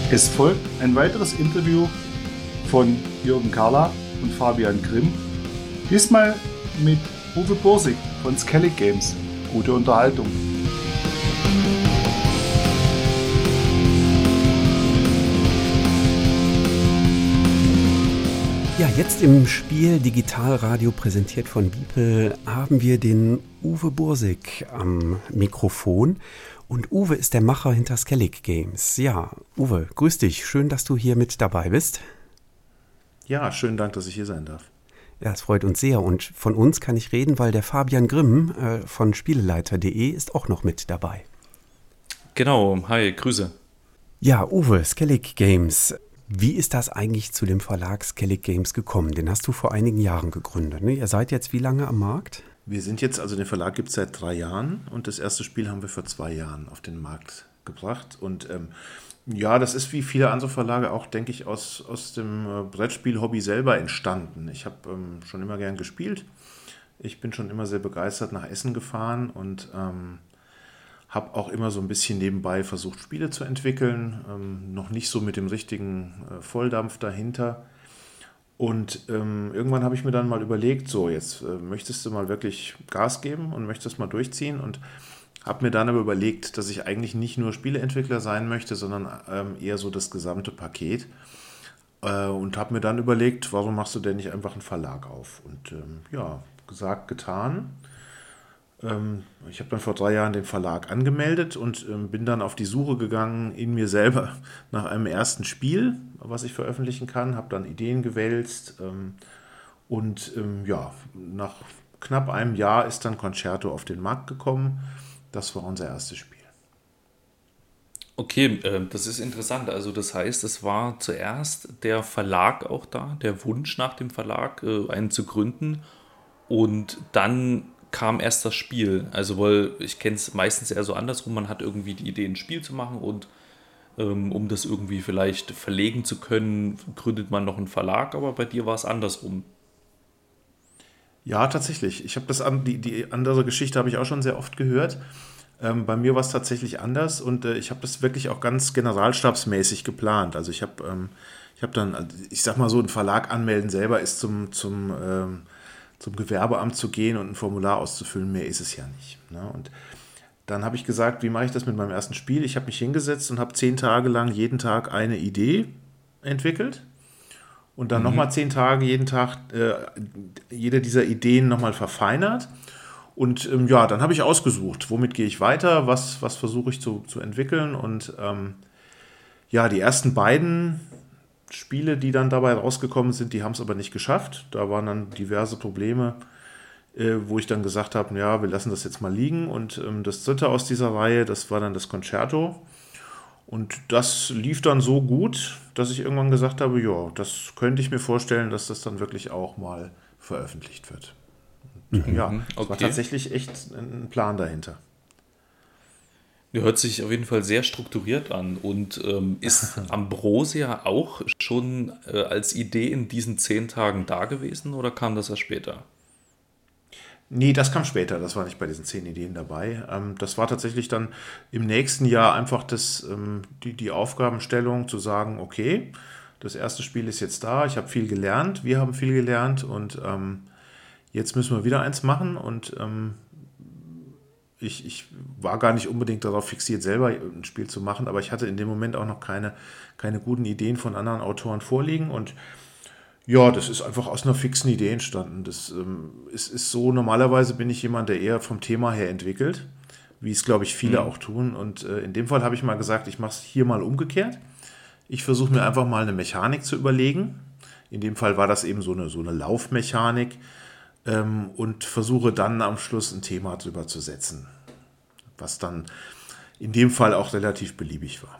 Es folgt ein weiteres Interview von Jürgen Karla und Fabian Grimm. Diesmal mit Uwe Bursig von Skellig Games. Gute Unterhaltung. Ja, jetzt im Spiel Digitalradio präsentiert von Beeple haben wir den Uwe Bursig am Mikrofon. Und Uwe ist der Macher hinter Skellig Games. Ja, Uwe, grüß dich. Schön, dass du hier mit dabei bist. Ja, schönen Dank, dass ich hier sein darf. Ja, es freut uns sehr. Und von uns kann ich reden, weil der Fabian Grimm von Spieleleiter.de ist auch noch mit dabei. Genau, hi, Grüße. Ja, Uwe, Skellig Games. Wie ist das eigentlich zu dem Verlag Skellig Games gekommen? Den hast du vor einigen Jahren gegründet, ne? Ihr seid jetzt wie lange am Markt? Wir sind jetzt, also den Verlag gibt es seit 3 Jahren und das erste Spiel haben wir vor 2 Jahren auf den Markt gebracht. Und ja, das ist wie viele andere Verlage auch, denke ich, aus dem Brettspiel-Hobby selber entstanden. Ich habe schon immer gern gespielt. Ich bin schon immer sehr begeistert nach Essen gefahren und habe auch immer so ein bisschen nebenbei versucht, Spiele zu entwickeln. Noch nicht so mit dem richtigen Volldampf dahinter. Und irgendwann habe ich mir dann mal überlegt, so jetzt möchtest du mal wirklich Gas geben und möchtest mal durchziehen und habe mir dann aber überlegt, dass ich eigentlich nicht nur Spieleentwickler sein möchte, sondern eher so das gesamte Paket. Und habe mir dann überlegt, warum machst du denn nicht einfach einen Verlag auf? Und ja, gesagt, getan. Ich habe dann vor 3 Jahren den Verlag angemeldet und bin dann auf die Suche gegangen in mir selber nach einem ersten Spiel, was ich veröffentlichen kann, habe dann Ideen gewälzt und ja, nach knapp einem Jahr ist dann Concerto auf den Markt gekommen. Das war unser erstes Spiel. Okay, das ist interessant. Also das heißt, es war zuerst der Verlag auch da, der Wunsch nach dem Verlag, einen zu gründen, und dann kam erst das Spiel. Also weil ich kenne es meistens eher so andersrum, man hat irgendwie die Idee, ein Spiel zu machen und um das irgendwie vielleicht verlegen zu können, gründet man noch einen Verlag, aber bei dir war es andersrum. Ja, tatsächlich. Ich habe die andere Geschichte habe ich auch schon sehr oft gehört. Bei mir war es tatsächlich anders und ich habe das wirklich auch ganz generalstabsmäßig geplant. Also ich habe dann, also ich sag mal so, einen Verlag anmelden selber ist zum Gewerbeamt zu gehen und ein Formular auszufüllen, mehr ist es ja nicht. Ne? Und dann habe ich gesagt, wie mache ich das mit meinem ersten Spiel? Ich habe mich hingesetzt und habe 10 Tage lang jeden Tag eine Idee entwickelt und dann nochmal 10 Tage jeden Tag jede dieser Ideen nochmal verfeinert. Und ja, dann habe ich ausgesucht, womit gehe ich weiter, was versuche ich zu entwickeln. Und ja, die ersten beiden Spiele, die dann dabei rausgekommen sind, die haben es aber nicht geschafft. Da waren dann diverse Probleme, wo ich dann gesagt habe, ja, wir lassen das jetzt mal liegen. Und das dritte aus dieser Reihe, das war dann das Concerto. Und das lief dann so gut, dass ich irgendwann gesagt habe, ja, das könnte ich mir vorstellen, dass das dann wirklich auch mal veröffentlicht wird. Und ja, es war tatsächlich echt ein Plan dahinter. Hört sich auf jeden Fall sehr strukturiert an. Und ist Ambrosia auch schon als Idee in diesen 10 Tagen da gewesen oder kam das erst später? Nee, das kam später, das war nicht bei diesen 10 Ideen dabei. Das war tatsächlich dann im nächsten Jahr einfach die Aufgabenstellung zu sagen, okay, das erste Spiel ist jetzt da, ich habe viel gelernt, wir haben viel gelernt und jetzt müssen wir wieder eins machen und ich war gar nicht unbedingt darauf fixiert, selber ein Spiel zu machen, aber ich hatte in dem Moment auch noch keine guten Ideen von anderen Autoren vorliegen und ja, das ist einfach aus einer fixen Idee entstanden. Das ist so, normalerweise bin ich jemand, der eher vom Thema her entwickelt, wie es, glaube ich, viele auch tun. Und in dem Fall habe ich mal gesagt, ich mache es hier mal umgekehrt. Ich versuche mir einfach mal eine Mechanik zu überlegen. In dem Fall war das eben so eine Laufmechanik und versuche dann am Schluss ein Thema drüber zu setzen, was dann in dem Fall auch relativ beliebig war.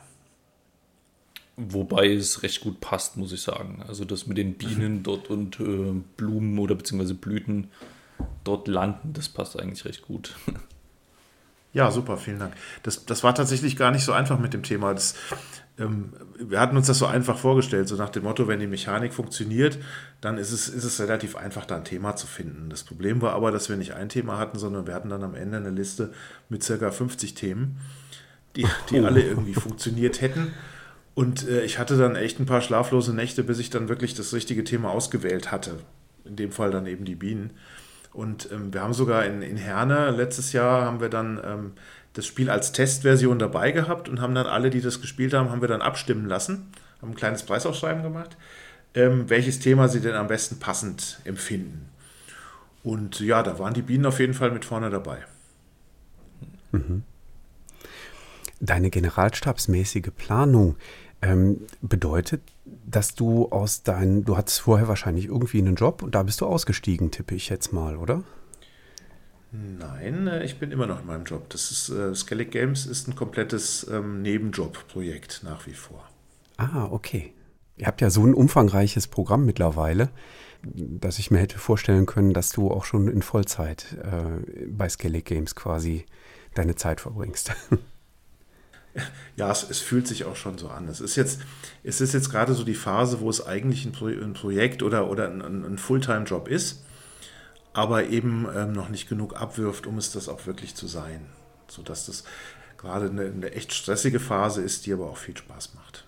Wobei es recht gut passt, muss ich sagen. Also das mit den Bienen dort und Blumen oder beziehungsweise Blüten dort landen, das passt eigentlich recht gut. Ja, super, vielen Dank. Das war tatsächlich gar nicht so einfach mit dem Thema. Wir hatten uns das so einfach vorgestellt, so nach dem Motto, wenn die Mechanik funktioniert, dann ist es relativ einfach, da ein Thema zu finden. Das Problem war aber, dass wir nicht ein Thema hatten, sondern wir hatten dann am Ende eine Liste mit ca. 50 Themen, die alle irgendwie funktioniert hätten. Und ich hatte dann echt ein paar schlaflose Nächte, bis ich dann wirklich das richtige Thema ausgewählt hatte. In dem Fall dann eben die Bienen. Und wir haben sogar in Herne letztes Jahr haben wir dann das Spiel als Testversion dabei gehabt und haben dann alle, die das gespielt haben, haben wir dann abstimmen lassen, haben ein kleines Preisausschreiben gemacht, welches Thema sie denn am besten passend empfinden. Und ja, da waren die Bienen auf jeden Fall mit vorne dabei. Mhm. Deine generalstabsmäßige Planung bedeutet, dass du du hattest vorher wahrscheinlich irgendwie einen Job und da bist du ausgestiegen, tippe ich jetzt mal, oder? Nein, ich bin immer noch in meinem Job. Skellig Games ist ein komplettes Nebenjob-Projekt nach wie vor. Ah, okay. Ihr habt ja so ein umfangreiches Programm mittlerweile, dass ich mir hätte vorstellen können, dass du auch schon in Vollzeit bei Skellig Games quasi deine Zeit verbringst. Ja, es fühlt sich auch schon so an. Es ist jetzt gerade so die Phase, wo es eigentlich ein Projekt oder ein Fulltime-Job ist, aber eben noch nicht genug abwirft, um es das auch wirklich zu sein. Sodass das gerade eine echt stressige Phase ist, die aber auch viel Spaß macht.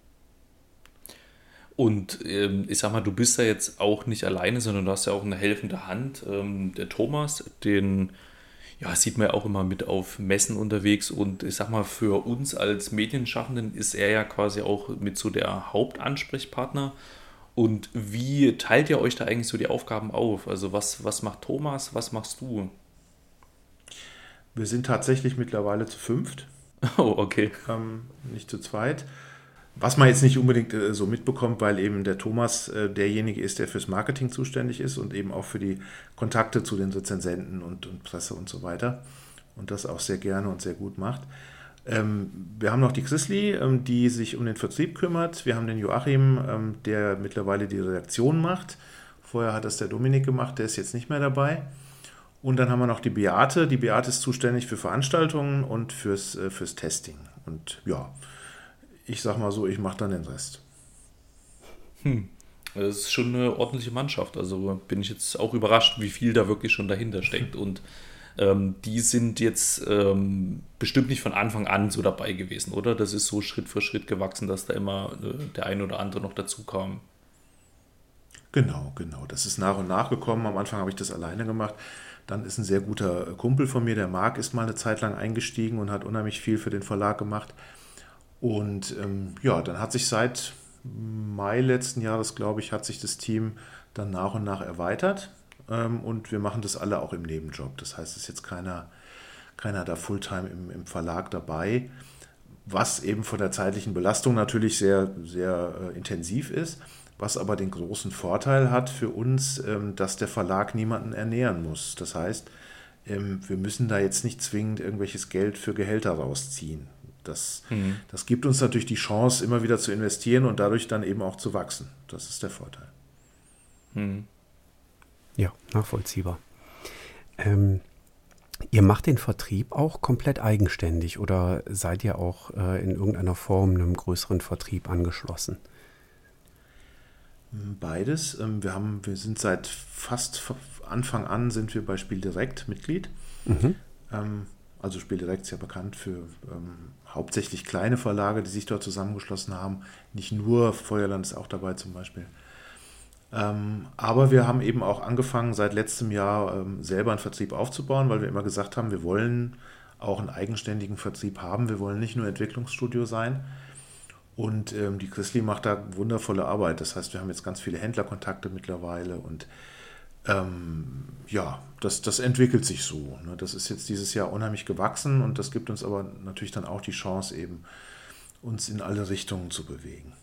Und ich sag mal, du bist ja jetzt auch nicht alleine, sondern du hast ja auch eine helfende Hand. Der Thomas, ja, sieht man ja auch immer mit auf Messen unterwegs. Und ich sag mal, für uns als Medienschaffenden ist er ja quasi auch mit so der Hauptansprechpartner. Und wie teilt ihr euch da eigentlich so die Aufgaben auf? Also was macht Thomas, was machst du? Wir sind tatsächlich mittlerweile zu fünft, Oh, okay. nicht zu zweit. Was man jetzt nicht unbedingt so mitbekommt, weil eben der Thomas derjenige ist, der fürs Marketing zuständig ist und eben auch für die Kontakte zu den Rezensenten und Presse und so weiter. Und das auch sehr gerne und sehr gut macht. Wir haben noch die Chrisli, die sich um den Vertrieb kümmert. Wir haben den Joachim, der mittlerweile die Redaktion macht. Vorher hat das der Dominik gemacht, der ist jetzt nicht mehr dabei. Und dann haben wir noch die Beate. Die Beate ist zuständig für Veranstaltungen und fürs Testing. Und ja, ich sag mal so, ich mache dann den Rest. Das ist schon eine ordentliche Mannschaft. Also bin ich jetzt auch überrascht, wie viel da wirklich schon dahinter steckt. Und die sind jetzt bestimmt nicht von Anfang an so dabei gewesen, oder? Das ist so Schritt für Schritt gewachsen, dass da immer der ein oder andere noch dazu kam. Genau. Das ist nach und nach gekommen. Am Anfang habe ich das alleine gemacht. Dann ist ein sehr guter Kumpel von mir, der Marc, ist mal eine Zeit lang eingestiegen und hat unheimlich viel für den Verlag gemacht. Und ja, dann hat sich seit Mai letzten Jahres, glaube ich, hat sich das Team dann nach und nach erweitert. Und wir machen das alle auch im Nebenjob. Das heißt, es ist jetzt keiner da Fulltime im Verlag dabei, was eben von der zeitlichen Belastung natürlich sehr, sehr intensiv ist, was aber den großen Vorteil hat für uns, dass der Verlag niemanden ernähren muss. Das heißt, wir müssen da jetzt nicht zwingend irgendwelches Geld für Gehälter rausziehen. Das gibt uns natürlich die Chance, immer wieder zu investieren und dadurch dann eben auch zu wachsen. Das ist der Vorteil. Ja, nachvollziehbar. Ihr macht den Vertrieb auch komplett eigenständig oder seid ihr auch in irgendeiner Form einem größeren Vertrieb angeschlossen? Beides. Wir sind seit fast Anfang an sind wir bei Spieldirekt Mitglied. Also Spieldirekt ist ja bekannt für hauptsächlich kleine Verlage, die sich dort zusammengeschlossen haben. Nicht nur, Feuerland ist auch dabei zum Beispiel. Aber wir haben eben auch angefangen, seit letztem Jahr selber einen Vertrieb aufzubauen, weil wir immer gesagt haben, wir wollen auch einen eigenständigen Vertrieb haben. Wir wollen nicht nur Entwicklungsstudio sein. Und die Chrisli macht da wundervolle Arbeit. Das heißt, wir haben jetzt ganz viele Händlerkontakte mittlerweile und ja, das entwickelt sich so. Ne? Das ist jetzt dieses Jahr unheimlich gewachsen und das gibt uns aber natürlich dann auch die Chance, eben uns in alle Richtungen zu bewegen.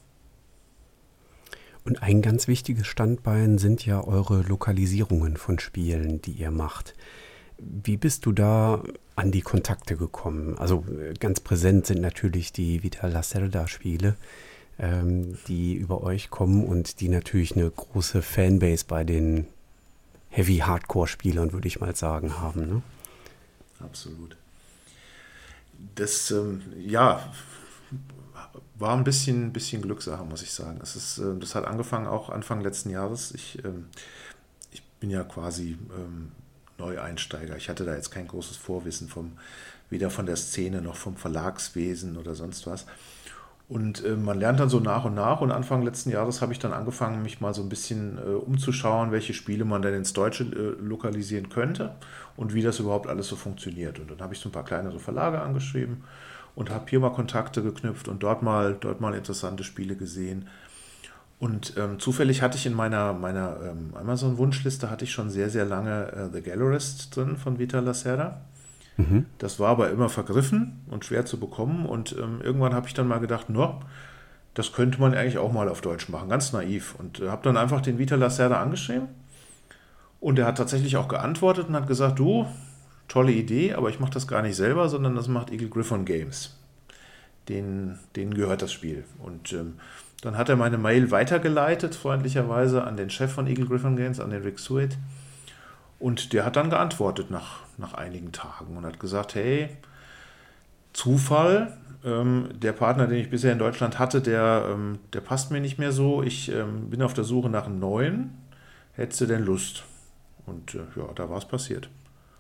Und ein ganz wichtiges Standbein sind ja eure Lokalisierungen von Spielen, die ihr macht. Wie bist du da an die Kontakte gekommen? Also ganz präsent sind natürlich die Vital Lacerda-Spiele, die über euch kommen und die natürlich eine große Fanbase bei den Heavy-Hardcore-Spielern, würde ich mal sagen, haben. Ne? Absolut. Das, ja, war ein bisschen Glückssache, muss ich sagen. Das hat angefangen auch Anfang letzten Jahres. Ich bin ja quasi Neueinsteiger. Ich hatte da jetzt kein großes Vorwissen weder von der Szene noch vom Verlagswesen oder sonst was. Und man lernt dann so nach und nach. Und Anfang letzten Jahres habe ich dann angefangen, mich mal so ein bisschen umzuschauen, welche Spiele man denn ins Deutsche lokalisieren könnte und wie das überhaupt alles so funktioniert. Und dann habe ich so ein paar kleinere Verlage angeschrieben und habe hier mal Kontakte geknüpft und dort mal interessante Spiele gesehen. Und zufällig hatte ich in meiner Amazon-Wunschliste hatte ich schon sehr, sehr lange The Gallerist drin von Vital Lacerda. Das war aber immer vergriffen und schwer zu bekommen. Und irgendwann habe ich dann mal gedacht, no, das könnte man eigentlich auch mal auf Deutsch machen, ganz naiv. Und habe dann einfach den Vital Lacerda angeschrieben. Und er hat tatsächlich auch geantwortet und hat gesagt, du, tolle Idee, aber ich mache das gar nicht selber, sondern das macht Eagle Gryphon Games. Denen gehört das Spiel. Und dann hat er meine Mail weitergeleitet, freundlicherweise, an den Chef von Eagle Gryphon Games, an den Rick Suet. Und der hat dann geantwortet nach einigen Tagen und hat gesagt, hey, Zufall, der Partner, den ich bisher in Deutschland hatte, der passt mir nicht mehr so. Ich bin auf der Suche nach einem neuen. Hättest du denn Lust? Und ja, da war es passiert.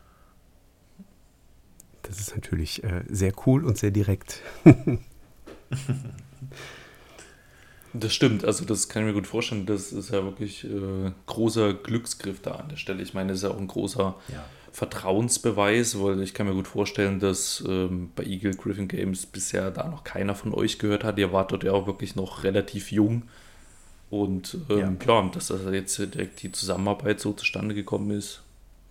Das ist natürlich sehr cool und sehr direkt. Das stimmt, also das kann ich mir gut vorstellen. Das ist ja wirklich großer Glücksgriff da an der Stelle. Ich meine, das ist ja auch ein großer Vertrauensbeweis, weil ich kann mir gut vorstellen, dass bei Eagle Gryphon Games bisher da noch keiner von euch gehört hat. Ihr wart dort ja auch wirklich noch relativ jung. Und dass also jetzt direkt die Zusammenarbeit so zustande gekommen ist.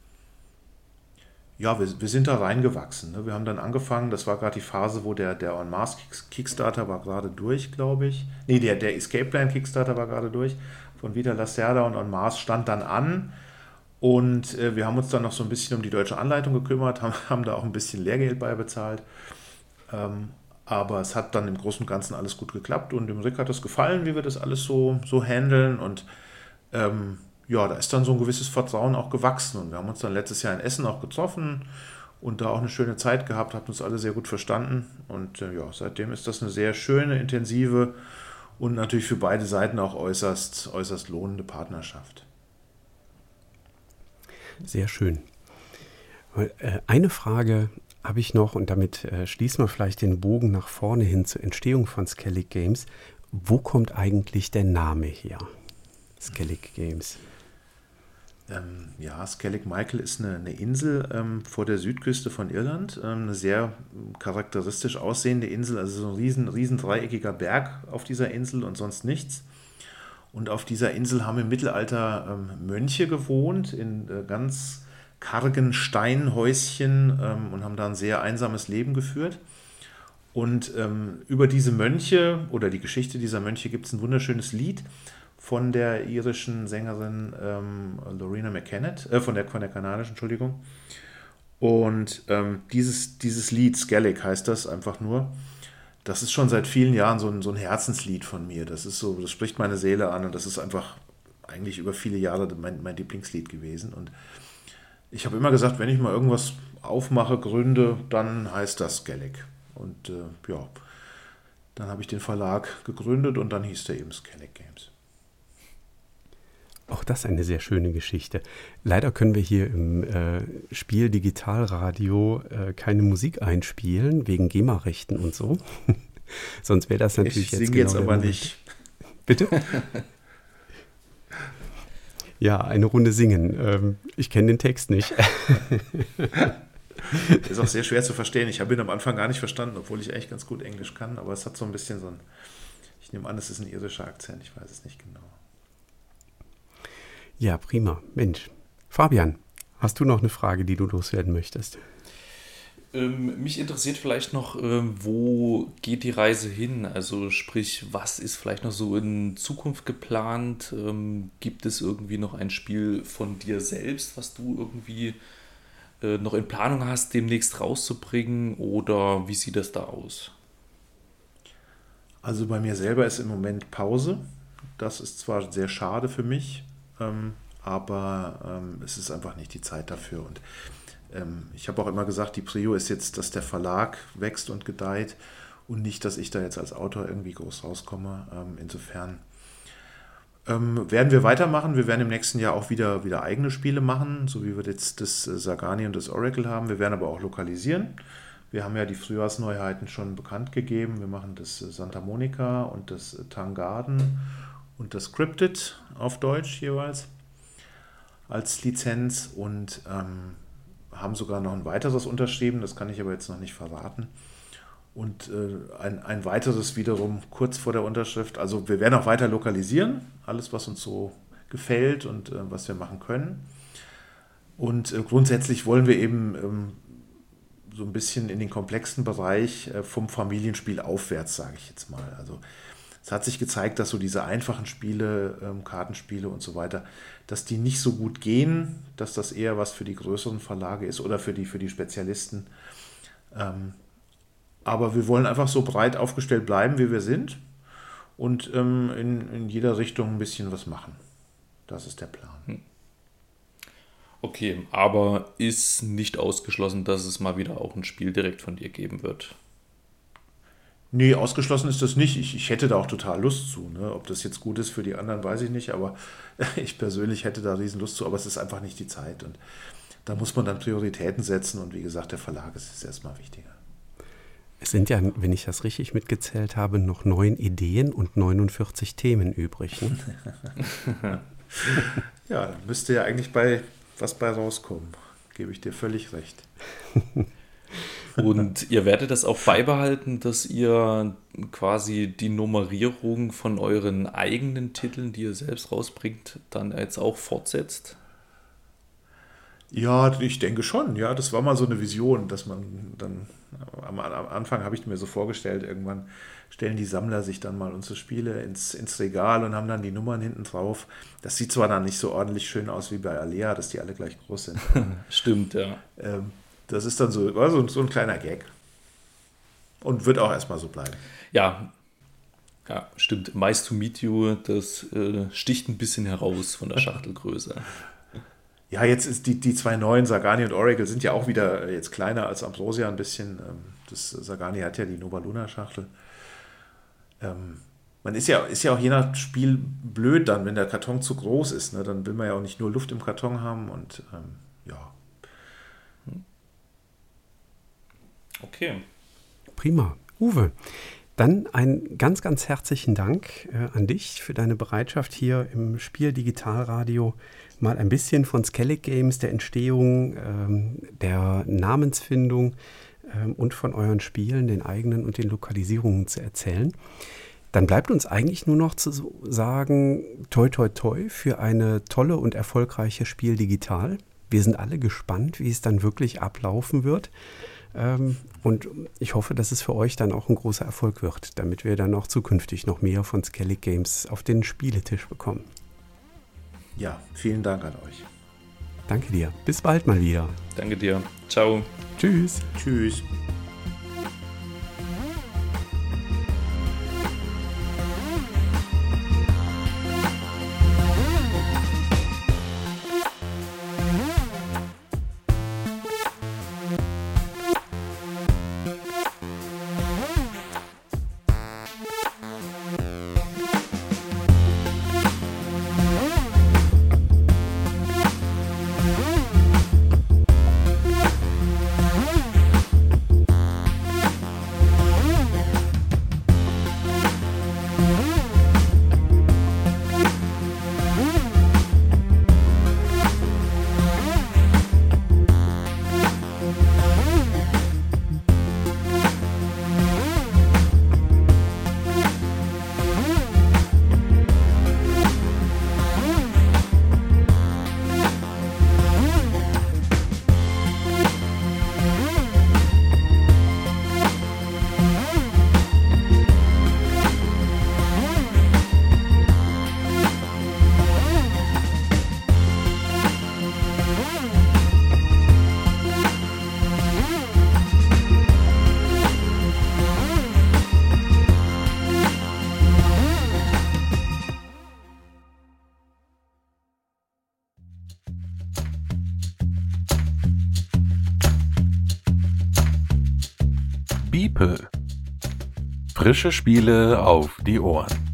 Ja, wir sind da reingewachsen. Ne? Wir haben dann angefangen, das war gerade die Phase, wo der En Masse Kickstarter war gerade durch, glaube ich. Nee, der Escape Plan Kickstarter war gerade durch. Von Vital Lacerda und En Masse stand dann an. Und wir haben uns dann noch so ein bisschen um die deutsche Anleitung gekümmert, haben da auch ein bisschen Lehrgeld bei bezahlt. Aber es hat dann im Großen und Ganzen alles gut geklappt. Und dem Rick hat das gefallen, wie wir das alles so handeln. Und ja, da ist dann so ein gewisses Vertrauen auch gewachsen. Und wir haben uns dann letztes Jahr in Essen auch getroffen und da auch eine schöne Zeit gehabt, hatten uns alle sehr gut verstanden. Und ja, seitdem ist das eine sehr schöne, intensive und natürlich für beide Seiten auch äußerst lohnende Partnerschaft. Sehr schön. Eine Frage habe ich noch und damit schließen wir vielleicht den Bogen nach vorne hin zur Entstehung von Skellig Games. Wo kommt eigentlich der Name her? Skellig Games. Ja, Skellig Michael ist eine Insel vor der Südküste von Irland. Eine sehr charakteristisch aussehende Insel, also so ein riesen dreieckiger Berg auf dieser Insel und sonst nichts. Und auf dieser Insel haben im Mittelalter Mönche gewohnt, in ganz kargen Steinhäuschen und haben da ein sehr einsames Leben geführt. Und über diese Mönche oder die Geschichte dieser Mönche gibt es ein wunderschönes Lied von der irischen Sängerin Lorena McKennett, von der kanadischen, Entschuldigung. Und dieses Lied, Skellig heißt das einfach nur, das ist schon seit vielen Jahren so ein Herzenslied von mir. Das spricht meine Seele an und das ist einfach eigentlich über viele Jahre mein Lieblingslied gewesen. Und ich habe immer gesagt, wenn ich mal irgendwas aufmache, gründe, dann heißt das Skellig. Und ja, dann habe ich den Verlag gegründet und dann hieß der eben Skellig Games. Auch das eine sehr schöne Geschichte. Leider können wir hier im Spiel Digitalradio keine Musik einspielen, wegen GEMA-Rechten und so. Sonst wäre das natürlich jetzt genau jetzt aber Moment. Nicht. Bitte? Ja, eine Runde singen. Ich kenne den Text nicht. Ist auch sehr schwer zu verstehen. Ich habe ihn am Anfang gar nicht verstanden, obwohl ich eigentlich ganz gut Englisch kann. Aber es hat so ein bisschen ich nehme an, es ist ein irischer Akzent. Ich weiß es nicht genau. Ja, prima. Mensch. Fabian, hast du noch eine Frage, die du loswerden möchtest? Mich interessiert vielleicht noch, wo geht die Reise hin? Also sprich, was ist vielleicht noch so in Zukunft geplant? Gibt es irgendwie noch ein Spiel von dir selbst, was du irgendwie noch in Planung hast, demnächst rauszubringen? Oder wie sieht das da aus? Also bei mir selber ist im Moment Pause. Das ist zwar sehr schade für mich, aber es ist einfach nicht die Zeit dafür. Und ich habe auch immer gesagt, die Prio ist jetzt, dass der Verlag wächst und gedeiht und nicht, dass ich da jetzt als Autor irgendwie groß rauskomme. Insofern werden wir weitermachen. Wir werden im nächsten Jahr auch wieder eigene Spiele machen, so wie wir jetzt das Sagani und das Oracle haben. Wir werden aber auch lokalisieren Wir haben ja die Frühjahrsneuheiten schon bekannt gegeben. Wir machen das Santa Monica und das Tangarden und das Cryptid auf Deutsch jeweils als Lizenz und haben sogar noch ein weiteres unterschrieben, das kann ich aber jetzt noch nicht verraten. Und ein weiteres wiederum kurz vor der Unterschrift. Also wir werden auch weiter lokalisieren, alles was uns so gefällt und was wir machen können. Und grundsätzlich wollen wir eben so ein bisschen in den komplexen Bereich vom Familienspiel aufwärts, sage ich jetzt mal. Also es hat sich gezeigt, dass so diese einfachen Spiele, Kartenspiele und so weiter, dass die nicht so gut gehen, dass das eher was für die größeren Verlage ist oder für die Spezialisten. Aber wir wollen einfach so breit aufgestellt bleiben, wie wir sind und in jeder Richtung ein bisschen was machen. Das ist der Plan. Okay, aber ist nicht ausgeschlossen, dass es mal wieder auch ein Spiel direkt von dir geben wird? Nee, ausgeschlossen ist das nicht. Ich hätte da auch total Lust zu. Ne? Ob das jetzt gut ist für die anderen, weiß ich nicht, aber ich persönlich hätte da riesen Lust zu, aber es ist einfach nicht die Zeit. Und da muss man dann Prioritäten setzen und wie gesagt, der Verlag ist erstmal wichtiger. Es sind ja, wenn ich das richtig mitgezählt habe, noch 9 Ideen und 49 Themen übrig. Ne? Ja, da müsste ja eigentlich was bei rauskommen. Gebe ich dir völlig recht. Und ihr werdet das auch beibehalten, dass ihr quasi die Nummerierung von euren eigenen Titeln, die ihr selbst rausbringt, dann jetzt auch fortsetzt? Ja, ich denke schon. Ja, das war mal so eine Vision, dass man dann am Anfang habe ich mir so vorgestellt, irgendwann stellen die Sammler sich dann mal unsere Spiele ins Regal und haben dann die Nummern hinten drauf. Das sieht zwar dann nicht so ordentlich schön aus wie bei Alea, dass die alle gleich groß sind. Stimmt, ja. Das ist dann so ein kleiner Gag. Und wird auch erstmal so bleiben. Ja, stimmt. Nice to meet you, das sticht ein bisschen heraus von der Schachtelgröße. Ja, jetzt ist die 2 neuen, Sagani und Oracle, sind ja auch wieder jetzt kleiner als Ambrosia ein bisschen. Das Sagani hat ja die Nova Luna Schachtel. Man ist ja auch je nach Spiel blöd dann, wenn der Karton zu groß ist. Ne? Dann will man ja auch nicht nur Luft im Karton haben und ja. Okay. Prima. Uwe, dann einen ganz, ganz herzlichen Dank an dich für deine Bereitschaft hier im Spiel Digitalradio mal ein bisschen von Skellig Games, der Entstehung, der Namensfindung und von euren Spielen, den eigenen und den Lokalisierungen zu erzählen. Dann bleibt uns eigentlich nur noch zu sagen, toi toi toi für eine tolle und erfolgreiche Spiel digital. Wir sind alle gespannt, wie es dann wirklich ablaufen wird. Und ich hoffe, dass es für euch dann auch ein großer Erfolg wird, damit wir dann auch zukünftig noch mehr von Skellig Games auf den Spieletisch bekommen. Ja, vielen Dank an euch. Danke dir. Bis bald mal wieder. Danke dir. Ciao. Tschüss. Tschüss. Beeple. Frische Spiele auf die Ohren.